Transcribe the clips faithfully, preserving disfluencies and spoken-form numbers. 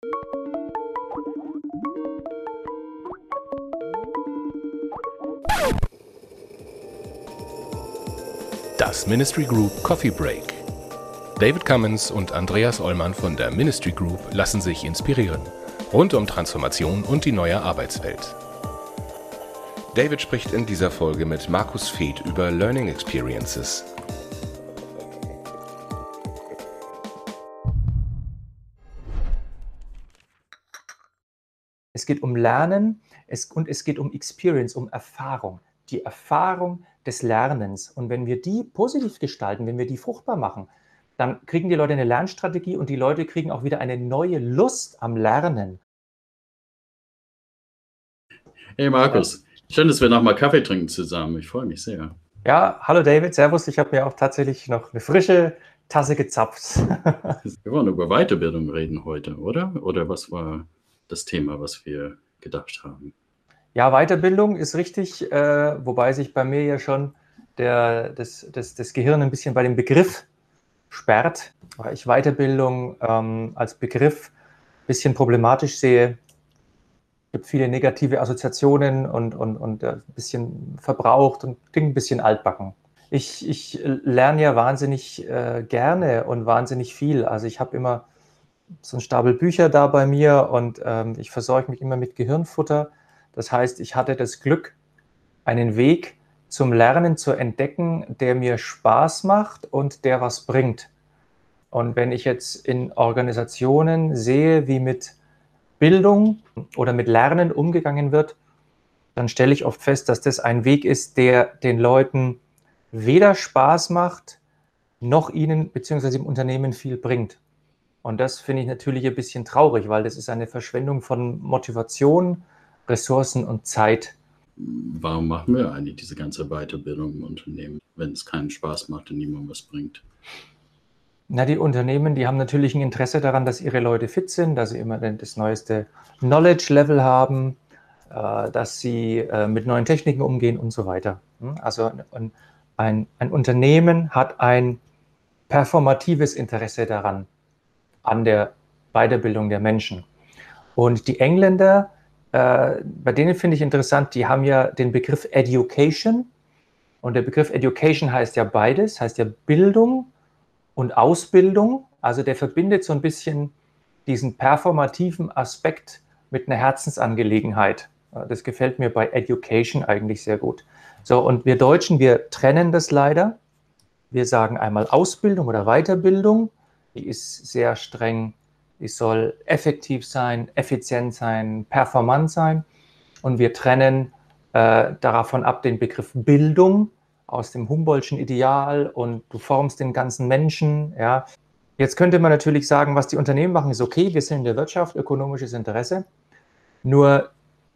Das Ministry Group Coffee Break. David Cummins und Andreas Ollmann von der Ministry Group lassen sich inspirieren. Rund um Transformation und die neue Arbeitswelt. David spricht in dieser Folge mit Markus Feeth über Learning Experiences. Es geht um Lernen es, und es geht um Experience, um Erfahrung. Die Erfahrung des Lernens. Und wenn wir die positiv gestalten, wenn wir die fruchtbar machen, dann kriegen die Leute eine Lernstrategie und die Leute kriegen auch wieder eine neue Lust am Lernen. Hey Markus, schön, dass wir nochmal Kaffee trinken zusammen. Ich freue mich sehr. Ja, hallo David, servus. Ich habe mir auch tatsächlich noch eine frische Tasse gezapft. Wir wollen über Weiterbildung reden heute, oder? Oder was war das Thema, was wir gedacht haben? Ja, Weiterbildung ist richtig, äh, wobei sich bei mir ja schon der, das, das, das Gehirn ein bisschen bei dem Begriff sperrt, weil ich Weiterbildung ähm, als Begriff ein bisschen problematisch sehe. Es gibt viele negative Assoziationen und, und, und äh, ein bisschen verbraucht und klingt ein bisschen altbacken. Ich, ich lerne ja wahnsinnig äh, gerne und wahnsinnig viel. Also ich habe immer so einen Stapel Bücher da bei mir und ähm, ich versorge mich immer mit Gehirnfutter. Das heißt, ich hatte das Glück, einen Weg zum Lernen zu entdecken, der mir Spaß macht und der was bringt. Und wenn ich jetzt in Organisationen sehe, wie mit Bildung oder mit Lernen umgegangen wird, dann stelle ich oft fest, dass das ein Weg ist, der den Leuten weder Spaß macht, noch ihnen bzw. im Unternehmen viel bringt. Und das finde ich natürlich ein bisschen traurig, weil das ist eine Verschwendung von Motivation, Ressourcen und Zeit. Warum machen wir eigentlich diese ganze Weiterbildung im Unternehmen, wenn es keinen Spaß macht und niemandem was bringt? Na, die Unternehmen, die haben natürlich ein Interesse daran, dass ihre Leute fit sind, dass sie immer das neueste Knowledge-Level haben, äh, dass sie äh, mit neuen Techniken umgehen und so weiter. Also ein, ein, ein Unternehmen hat ein performatives Interesse daran, an der Weiterbildung der Menschen. Und die Engländer, äh, bei denen finde ich interessant, die haben ja den Begriff Education. Und der Begriff Education heißt ja beides, heißt ja Bildung und Ausbildung. Also der verbindet so ein bisschen diesen performativen Aspekt mit einer Herzensangelegenheit. Das gefällt mir bei Education eigentlich sehr gut. So, und wir Deutschen, wir trennen das leider. Wir sagen einmal Ausbildung oder Weiterbildung. Die ist sehr streng. Die soll effektiv sein, effizient sein, performant sein. Und wir trennen äh, davon ab den Begriff Bildung aus dem Humboldtschen Ideal und du formst den ganzen Menschen. Ja. Jetzt könnte man natürlich sagen, was die Unternehmen machen, ist okay, wir sind in der Wirtschaft, ökonomisches Interesse. Nur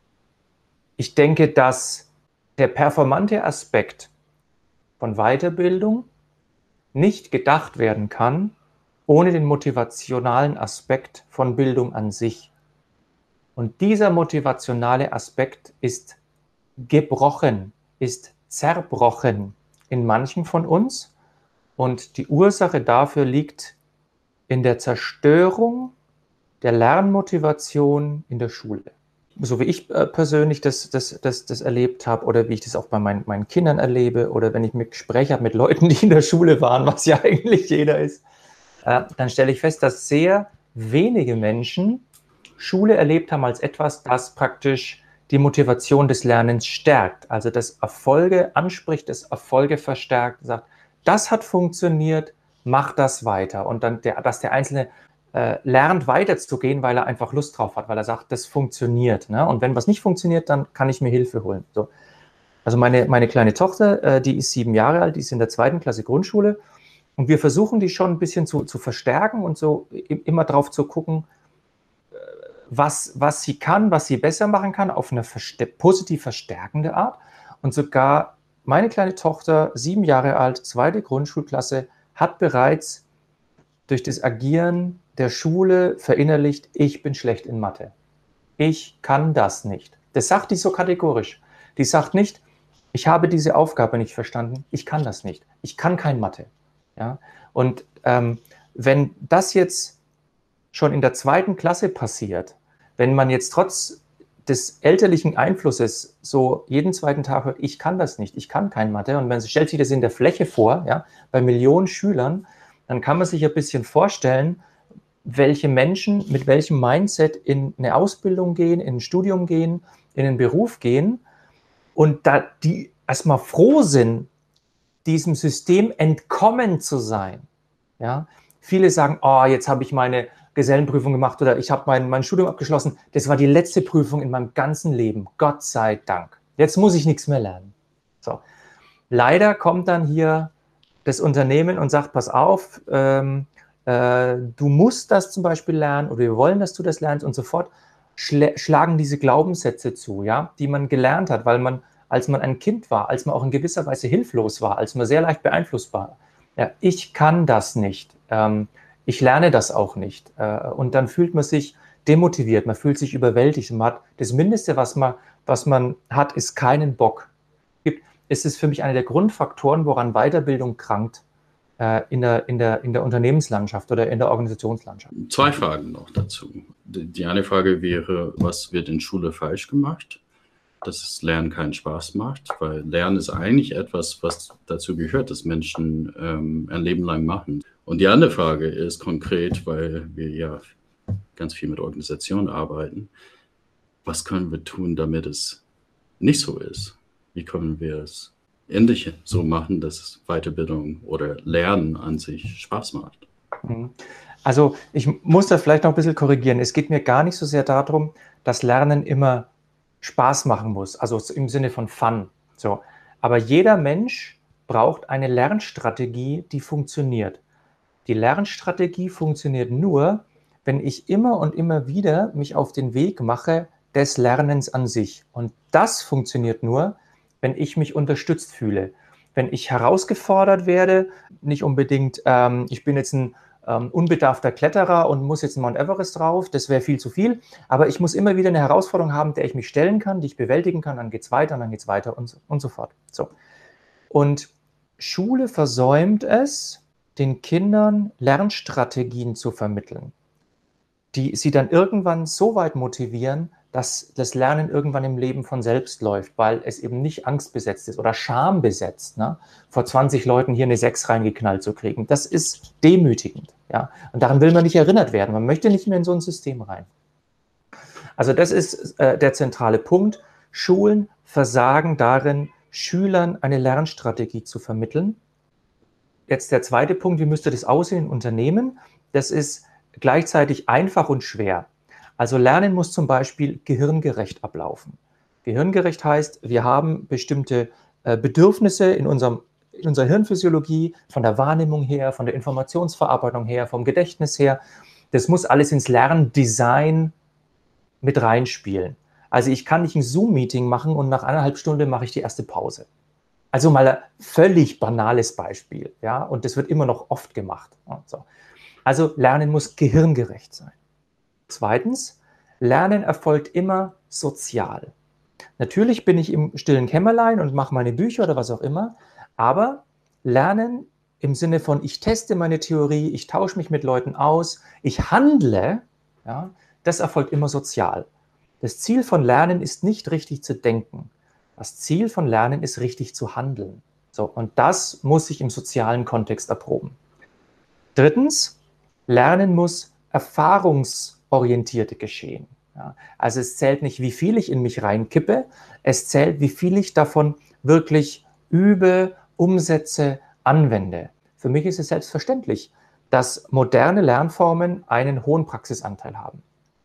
ich denke, dass der performante Aspekt von Weiterbildung nicht gedacht werden kann, ohne den motivationalen Aspekt von Bildung an sich. Und dieser motivationale Aspekt ist gebrochen, ist zerbrochen in manchen von uns. Und die Ursache dafür liegt in der Zerstörung der Lernmotivation in der Schule. So wie ich äh, persönlich das, das, das, das erlebt habe oder wie ich das auch bei meinen, meinen Kindern erlebe oder wenn ich mit Gespräche habe mit Leuten, die in der Schule waren, was ja eigentlich jeder ist, äh, dann stelle ich fest, dass sehr wenige Menschen Schule erlebt haben als etwas, das praktisch die Motivation des Lernens stärkt. Also das Erfolge anspricht, das Erfolge verstärkt, sagt, das hat funktioniert, mach das weiter. Und dann, der, dass der Einzelne äh, lernt weiterzugehen, weil er einfach Lust drauf hat, weil er sagt, das funktioniert. Ne? Und wenn was nicht funktioniert, dann kann ich mir Hilfe holen. So. Also meine, meine kleine Tochter, äh, die ist sieben Jahre alt, die ist in der zweiten Klasse Grundschule. Und wir versuchen die schon ein bisschen zu, zu verstärken und so immer drauf zu gucken, was, was sie kann, was sie besser machen kann, auf eine verste- positiv verstärkende Art. Und sogar meine kleine Tochter, sieben Jahre alt, zweite Grundschulklasse, hat bereits durch das Agieren der Schule verinnerlicht, ich bin schlecht in Mathe. Ich kann das nicht. Das sagt die so kategorisch. Die sagt nicht, ich habe diese Aufgabe nicht verstanden, ich kann das nicht. Ich kann kein Mathe. Ja? Und ähm, wenn das jetzt schon in der zweiten Klasse passiert, wenn man jetzt trotz des elterlichen Einflusses so jeden zweiten Tag hört, ich kann das nicht, ich kann kein Mathe, und man stellt sich das in der Fläche vor, ja, bei Millionen Schülern, dann kann man sich ein bisschen vorstellen, welche Menschen mit welchem Mindset in eine Ausbildung gehen, in ein Studium gehen, in einen Beruf gehen und da die erstmal froh sind, diesem System entkommen zu sein. Ja? Viele sagen, oh, jetzt habe ich meine Gesellenprüfung gemacht oder ich habe mein, mein Studium abgeschlossen. Das war die letzte Prüfung in meinem ganzen Leben. Gott sei Dank. Jetzt muss ich nichts mehr lernen. So. Leider kommt dann hier das Unternehmen und sagt, pass auf, ähm, äh, du musst das zum Beispiel lernen oder wir wollen, dass du das lernst, und sofort schl- schlagen diese Glaubenssätze zu, ja, die man gelernt hat, weil man, als man ein Kind war, als man auch in gewisser Weise hilflos war, als man sehr leicht beeinflussbar. Ja, ich kann das nicht. Ähm, ich lerne das auch nicht. Äh, und dann fühlt man sich demotiviert, man fühlt sich überwältigt. Man hat das Mindeste, was man, was man hat, ist keinen Bock. Es ist für mich einer der Grundfaktoren, woran Weiterbildung krankt äh, in, der, in, der, in der Unternehmenslandschaft oder in der Organisationslandschaft. Zwei Fragen noch dazu. Die eine Frage wäre, was wird in Schule falsch gemacht? Dass das Lernen keinen Spaß macht, weil Lernen ist eigentlich etwas, was dazu gehört, dass Menschen ähm, ein Leben lang machen. Und die andere Frage ist konkret, weil wir ja ganz viel mit Organisationen arbeiten, was können wir tun, damit es nicht so ist? Wie können wir es endlich so machen, dass Weiterbildung oder Lernen an sich Spaß macht? Also ich muss da vielleicht noch ein bisschen korrigieren. Es geht mir gar nicht so sehr darum, dass Lernen immer Spaß machen muss, also im Sinne von Fun. So. Aber jeder Mensch braucht eine Lernstrategie, die funktioniert. Die Lernstrategie funktioniert nur, wenn ich immer und immer wieder mich auf den Weg mache des Lernens an sich. Und das funktioniert nur, wenn ich mich unterstützt fühle. Wenn ich herausgefordert werde, nicht unbedingt, ähm, ich bin jetzt ein ähm, unbedarfter Kletterer und muss jetzt einen Mount Everest drauf, das wäre viel zu viel, aber ich muss immer wieder eine Herausforderung haben, der ich mich stellen kann, die ich bewältigen kann, dann geht es weiter, dann geht es weiter und so, und so fort. So. Und Schule versäumt es, den Kindern Lernstrategien zu vermitteln, die sie dann irgendwann so weit motivieren, dass das Lernen irgendwann im Leben von selbst läuft, weil es eben nicht angstbesetzt ist oder schambesetzt, ne? Vor zwanzig Leuten hier eine sechs reingeknallt zu kriegen. Das ist demütigend. Ja? Und daran will man nicht erinnert werden. Man möchte nicht mehr in so ein System rein. Also das ist äh, der zentrale Punkt. Schulen versagen darin, Schülern eine Lernstrategie zu vermitteln. Jetzt der zweite Punkt, wie müsste das aussehen in Unternehmen? Das ist gleichzeitig einfach und schwer. Also Lernen muss zum Beispiel gehirngerecht ablaufen. Gehirngerecht heißt, wir haben bestimmte äh, Bedürfnisse in, unserem, in unserer Hirnphysiologie, von der Wahrnehmung her, von der Informationsverarbeitung her, vom Gedächtnis her. Das muss alles ins Lerndesign mit reinspielen. Also ich kann nicht ein Zoom-Meeting machen und nach eineinhalb Stunden mache ich die erste Pause. Also mal ein völlig banales Beispiel. Ja? Und das wird immer noch oft gemacht. So. Also Lernen muss gehirngerecht sein. Zweitens, Lernen erfolgt immer sozial. Natürlich bin ich im stillen Kämmerlein und mache meine Bücher oder was auch immer, aber Lernen im Sinne von, ich teste meine Theorie, ich tausche mich mit Leuten aus, ich handle, ja, das erfolgt immer sozial. Das Ziel von Lernen ist nicht richtig zu denken. Das Ziel von Lernen ist richtig zu handeln. So, und das muss sich im sozialen Kontext erproben. Drittens, Lernen muss erfahrungsorientierte geschehen. Ja, also es zählt nicht, wie viel ich in mich reinkippe, es zählt, wie viel ich davon wirklich übe, umsetze, anwende. Für mich ist es selbstverständlich, dass moderne Lernformen einen hohen Praxisanteil haben.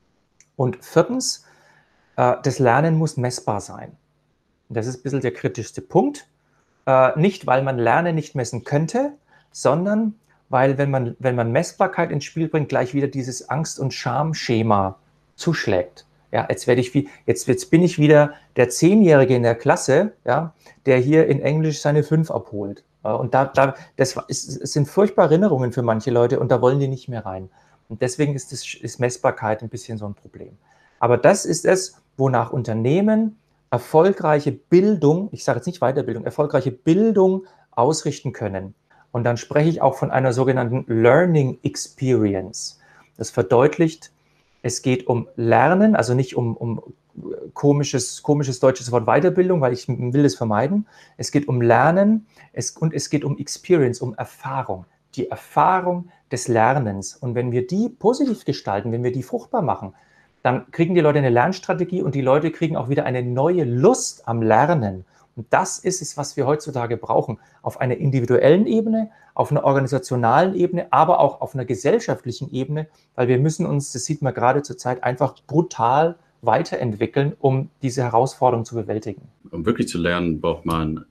Und viertens, äh, das Lernen muss messbar sein. Das ist ein bisschen der kritischste Punkt. Äh, nicht, weil man Lernen nicht messen könnte, sondern weil, wenn man, wenn man Messbarkeit ins Spiel bringt, gleich wieder dieses Angst- und Schamschema zuschlägt. Ja, jetzt, werde ich wie, jetzt, jetzt bin ich wieder der Zehnjährige in der Klasse, ja, der hier in Englisch seine fünf abholt. Und da, da, das ist, sind furchtbare Erinnerungen für manche Leute und da wollen die nicht mehr rein. Und deswegen ist, das, ist Messbarkeit ein bisschen so ein Problem. Aber das ist es, wonach Unternehmen erfolgreiche Bildung, ich sage jetzt nicht Weiterbildung, erfolgreiche Bildung ausrichten können. Und dann spreche ich auch von einer sogenannten Learning Experience. Das verdeutlicht, es geht um Lernen, also nicht um, um komisches, komisches deutsches Wort Weiterbildung, weil ich will das vermeiden. Es geht um Lernen es, und es geht um Experience, um Erfahrung. Die Erfahrung des Lernens. Und wenn wir die positiv gestalten, wenn wir die fruchtbar machen, dann kriegen die Leute eine Lernstrategie und die Leute kriegen auch wieder eine neue Lust am Lernen. Und das ist es, was wir heutzutage brauchen. Auf einer individuellen Ebene, auf einer organisationalen Ebene, aber auch auf einer gesellschaftlichen Ebene, weil wir müssen uns, das sieht man gerade zurzeit, einfach brutal weiterentwickeln, um diese Herausforderung zu bewältigen. Um wirklich zu lernen, braucht man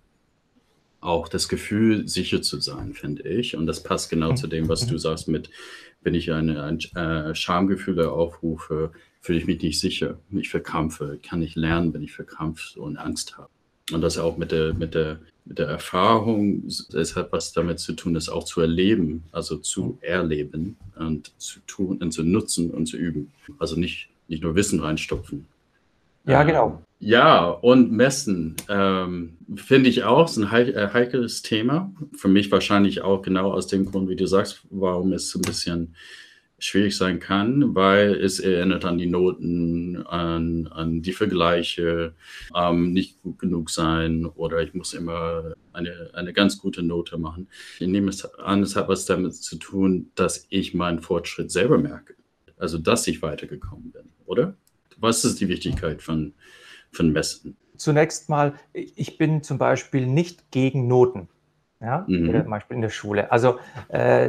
auch das Gefühl, sicher zu sein, finde ich. Und das passt genau mhm. zu dem, was du sagst mit, wenn ich eine, ein äh, Schamgefühle aufrufe, fühle ich mich nicht sicher. Ich verkrampfe, kann nicht lernen, wenn ich verkrampft und Angst habe. Und das auch mit der, mit der, mit der Erfahrung, es hat was damit zu tun, das auch zu erleben, also zu erleben und zu tun und zu nutzen und zu üben. Also nicht, nicht nur Wissen reinstopfen. Ja, genau. Ähm, ja, und Messen ähm, finde ich auch, ist ein heik- äh, heikles Thema. Für mich wahrscheinlich auch genau aus dem Grund, wie du sagst, warum es ein bisschen schwierig sein kann, weil es erinnert an die Noten, an, an die Vergleiche, ähm, nicht gut genug sein oder ich muss immer eine, eine ganz gute Note machen. Ich nehme es an, es hat was damit zu tun, dass ich meinen Fortschritt selber merke. Also, dass ich weitergekommen bin, oder? Was ist die Wichtigkeit von, von Messen? Zunächst mal, ich bin zum Beispiel nicht gegen Noten. Ja, Mhm. zum Beispiel in der Schule. Also äh,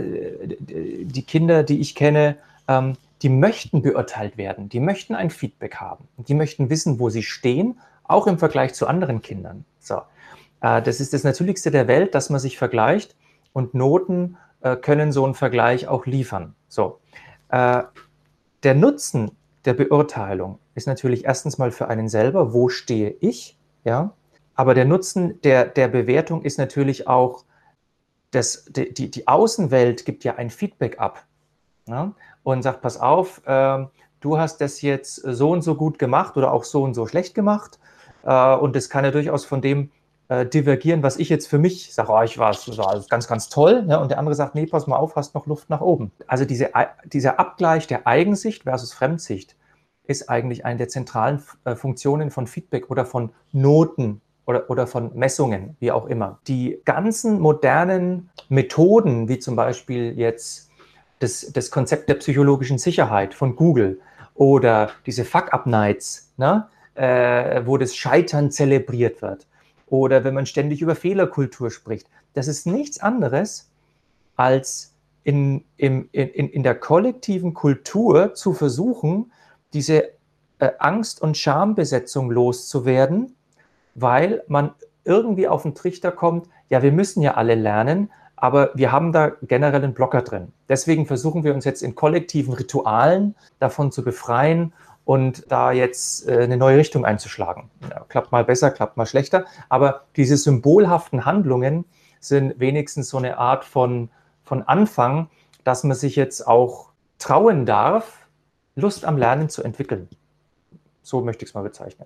die Kinder, die ich kenne, ähm, die möchten beurteilt werden, die möchten ein Feedback haben, die möchten wissen, wo sie stehen, auch im Vergleich zu anderen Kindern. So, äh, das ist das Natürlichste der Welt, dass man sich vergleicht und Noten äh, können so einen Vergleich auch liefern. So, äh, der Nutzen der Beurteilung ist natürlich erstens mal für einen selber, wo stehe ich, ja. Aber der Nutzen der, der Bewertung ist natürlich auch, dass die, die, die Außenwelt gibt ja ein Feedback ab, ja, und sagt, pass auf, äh, du hast das jetzt so und so gut gemacht oder auch so und so schlecht gemacht. Äh, und das kann ja durchaus von dem äh, divergieren, was ich jetzt für mich sage, oh, ich war, das war ganz, ganz toll. Ja, und der andere sagt, nee, pass mal auf, hast noch Luft nach oben. Also diese, dieser Abgleich der Eigensicht versus Fremdsicht ist eigentlich eine der zentralen äh, Funktionen von Feedback oder von Noten. Oder, oder von Messungen, wie auch immer. Die ganzen modernen Methoden, wie zum Beispiel jetzt das, das Konzept der psychologischen Sicherheit von Google oder diese Fuck-Up-Nights, ne, äh, wo das Scheitern zelebriert wird, oder wenn man ständig über Fehlerkultur spricht, das ist nichts anderes, als in, in, in, in der kollektiven Kultur zu versuchen, diese äh, Angst- und Schambesetzung loszuwerden, weil man irgendwie auf den Trichter kommt, ja, wir müssen ja alle lernen, aber wir haben da generell einen Blocker drin. Deswegen versuchen wir uns jetzt in kollektiven Ritualen davon zu befreien und da jetzt äh, eine neue Richtung einzuschlagen. Ja, klappt mal besser, klappt mal schlechter, aber diese symbolhaften Handlungen sind wenigstens so eine Art von, von Anfang, dass man sich jetzt auch trauen darf, Lust am Lernen zu entwickeln. So möchte ich es mal bezeichnen.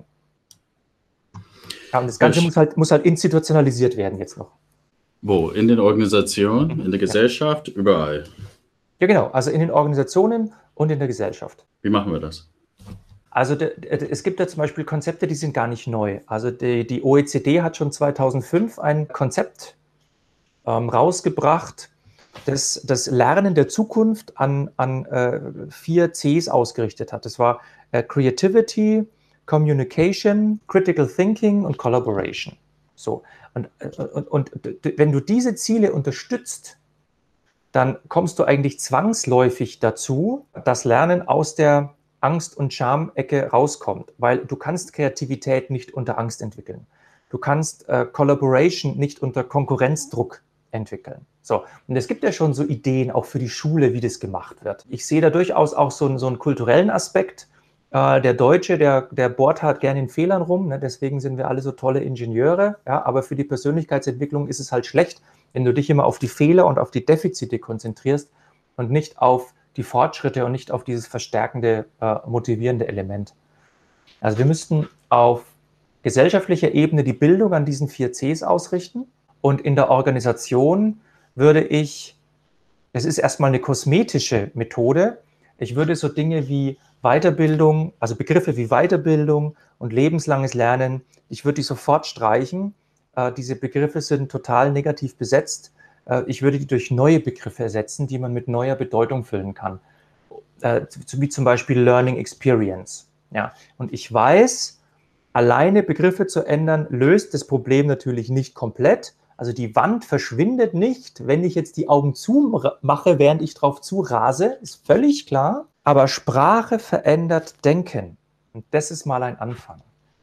Ja, und das Ganze muss halt, muss halt institutionalisiert werden jetzt noch. Wo? In den Organisationen, in der Gesellschaft, überall? Ja, genau. Also in den Organisationen und in der Gesellschaft. Wie machen wir das? Also de, de, es gibt ja zum Beispiel Konzepte, die sind gar nicht neu. Also die, die O E C D hat schon zweitausendfünf ein Konzept ähm, rausgebracht, das das Lernen der Zukunft an, an äh, vier Cs ausgerichtet hat. Das war äh, Creativity, Communication, Critical Thinking und Collaboration. So. Und, und, und wenn du diese Ziele unterstützt, dann kommst du eigentlich zwangsläufig dazu, dass Lernen aus der Angst- und Scham-Ecke rauskommt, weil du kannst Kreativität nicht unter Angst entwickeln. Du kannst äh, Collaboration nicht unter Konkurrenzdruck entwickeln. So. Und es gibt ja schon so Ideen auch für die Schule, wie das gemacht wird. Ich sehe da durchaus auch so einen, so einen kulturellen Aspekt. Äh, der Deutsche, der, der bohrt halt gerne in Fehlern rum, ne? Deswegen sind wir alle so tolle Ingenieure, ja? Aber für die Persönlichkeitsentwicklung ist es halt schlecht, wenn du dich immer auf die Fehler und auf die Defizite konzentrierst und nicht auf die Fortschritte und nicht auf dieses verstärkende, äh, motivierende Element. Also wir müssten auf gesellschaftlicher Ebene die Bildung an diesen vier Cs ausrichten und in der Organisation würde ich, es ist erstmal eine kosmetische Methode, Ich würde so Dinge wie Weiterbildung, also Begriffe wie Weiterbildung und lebenslanges Lernen, ich würde die sofort streichen. Äh, diese Begriffe sind total negativ besetzt. Äh, ich würde die durch neue Begriffe ersetzen, die man mit neuer Bedeutung füllen kann. Äh, wie zum Beispiel Learning Experience. Ja. Und ich weiß, alleine Begriffe zu ändern, löst das Problem natürlich nicht komplett. Also die Wand verschwindet nicht, wenn ich jetzt die Augen zumache, während ich drauf zurase, ist völlig klar. Aber Sprache verändert Denken. Und das ist mal ein Anfang.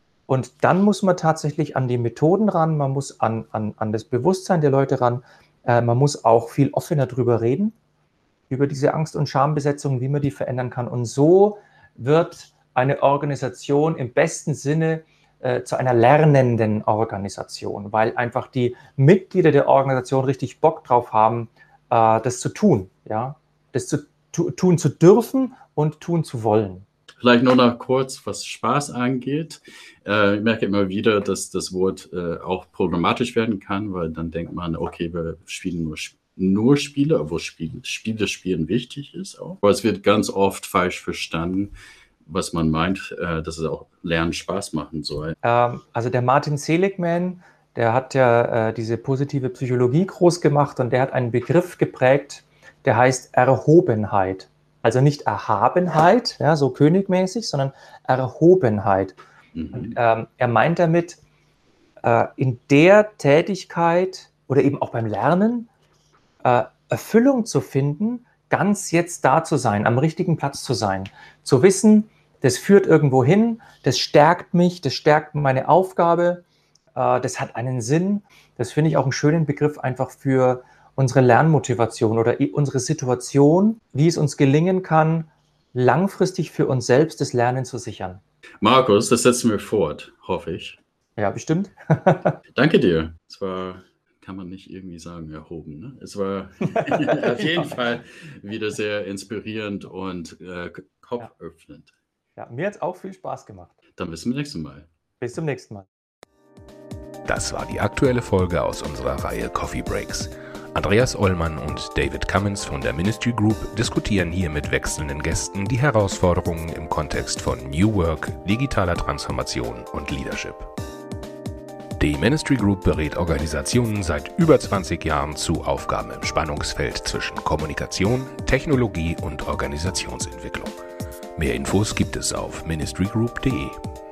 Und dann muss man tatsächlich an die Methoden ran, man muss an, an, an das Bewusstsein der Leute ran, äh, man muss auch viel offener drüber reden, über diese Angst- und Schambesetzung, wie man die verändern kann. Und so wird eine Organisation im besten Sinne äh, zu einer lernenden Organisation, weil einfach die Mitglieder der Organisation richtig Bock drauf haben, äh, das zu tun, ja, das zu tu- tun zu dürfen und tun zu wollen. Vielleicht nur noch kurz, was Spaß angeht. Äh, ich merke immer wieder, dass das Wort äh, auch problematisch werden kann, weil dann denkt man, okay, wir spielen nur, nur Spiele, obwohl Spiele, Spiele spielen wichtig ist auch. Aber es wird ganz oft falsch verstanden, was man meint, äh, dass es auch Lernen Spaß machen soll. Ähm, also der Martin Seligman, der hat ja äh, diese positive Psychologie groß gemacht und der hat einen Begriff geprägt, der heißt Erhobenheit. Also nicht Erhabenheit, ja, so königmäßig, sondern Erhobenheit. Mhm. Und, ähm, er meint damit, äh, in der Tätigkeit oder eben auch beim Lernen äh, Erfüllung zu finden, ganz jetzt da zu sein, am richtigen Platz zu sein, zu wissen, das führt irgendwo hin, das stärkt mich, das stärkt meine Aufgabe, äh, das hat einen Sinn. Das finde ich auch einen schönen Begriff einfach für unsere Lernmotivation oder unsere Situation, wie es uns gelingen kann, langfristig für uns selbst das Lernen zu sichern. Markus, das setzen wir fort, hoffe ich. Ja, bestimmt. Danke dir. Es war, kann man nicht irgendwie sagen, erhoben. Ne? Es war auf jeden Fall wieder sehr inspirierend und äh, kopföffnend. Ja, mir hat es auch viel Spaß gemacht. Dann bis zum nächsten Mal. Bis zum nächsten Mal. Das war die aktuelle Folge aus unserer Reihe Coffee Breaks. Andreas Ollmann und David Cummins von der Ministry Group diskutieren hier mit wechselnden Gästen die Herausforderungen im Kontext von New Work, digitaler Transformation und Leadership. Die Ministry Group berät Organisationen seit über zwanzig Jahren zu Aufgaben im Spannungsfeld zwischen Kommunikation, Technologie und Organisationsentwicklung. Mehr Infos gibt es auf ministry group punkt de.